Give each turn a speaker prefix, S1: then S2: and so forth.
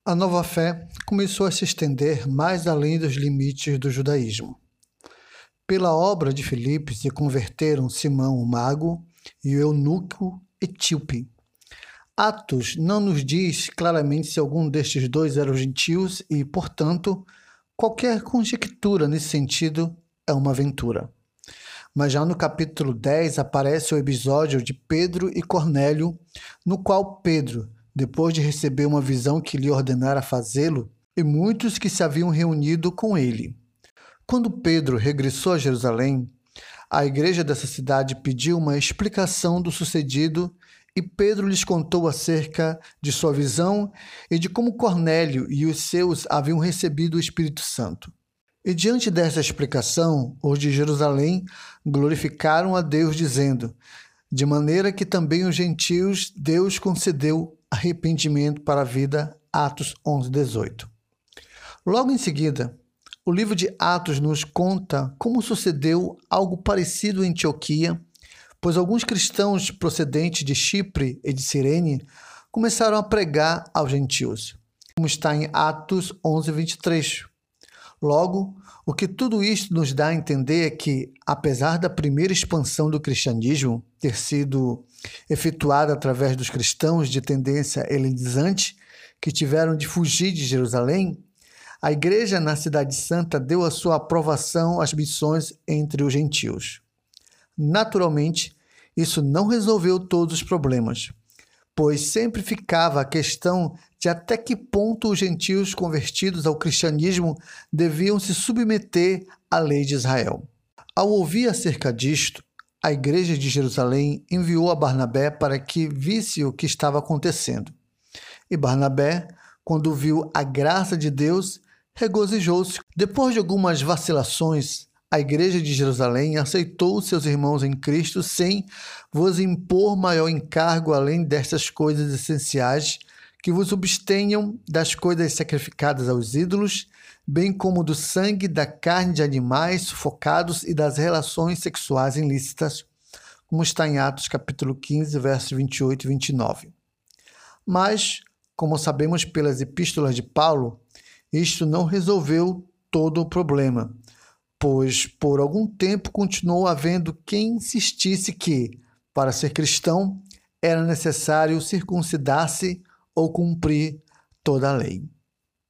S1: A nova fé começou a se estender mais além dos limites do judaísmo. Pela obra de Filipe se converteram Simão o mago e o eunuco etíope. Atos não nos diz claramente se algum destes dois eram gentios e, portanto, qualquer conjectura nesse sentido é uma aventura. Mas já no capítulo 10 aparece o episódio de Pedro e Cornélio, no qual Pedro, depois de receber uma visão que lhe ordenara fazê-lo, e muitos que se haviam reunido com ele. Quando Pedro regressou a Jerusalém, a igreja dessa cidade pediu uma explicação do sucedido e Pedro lhes contou acerca de sua visão e de como Cornélio e os seus haviam recebido o Espírito Santo. E diante dessa explicação, os de Jerusalém glorificaram a Deus, dizendo: de maneira que também os gentios Deus concedeu arrependimento para a vida. Atos 11:18. Logo em seguida, o livro de Atos nos conta como sucedeu algo parecido em Antioquia, pois alguns cristãos procedentes de Chipre e de Cirene começaram a pregar aos gentios, como está em Atos 11:23. Logo, o que tudo isto nos dá a entender é que, apesar da primeira expansão do cristianismo ter sido efetuada através dos cristãos de tendência helenizante que tiveram de fugir de Jerusalém, a igreja na Cidade Santa deu a sua aprovação às missões entre os gentios. Naturalmente, isso não resolveu todos os problemas, pois sempre ficava a questão de até que ponto os gentios convertidos ao cristianismo deviam se submeter à lei de Israel. Ao ouvir acerca disto, a igreja de Jerusalém enviou a Barnabé para que visse o que estava acontecendo. E Barnabé, quando viu a graça de Deus, regozijou-se. Depois de algumas vacilações, a igreja de Jerusalém aceitou seus irmãos em Cristo sem vos impor maior encargo além destas coisas essenciais, que vos abstenham das coisas sacrificadas aos ídolos, bem como do sangue, da carne de animais sufocados e das relações sexuais ilícitas, como está em Atos capítulo 15, versos 28 e 29. Mas, como sabemos pelas epístolas de Paulo, isto não resolveu todo o problema, pois por algum tempo continuou havendo quem insistisse que, para ser cristão, era necessário circuncidar-se ou cumprir toda a lei.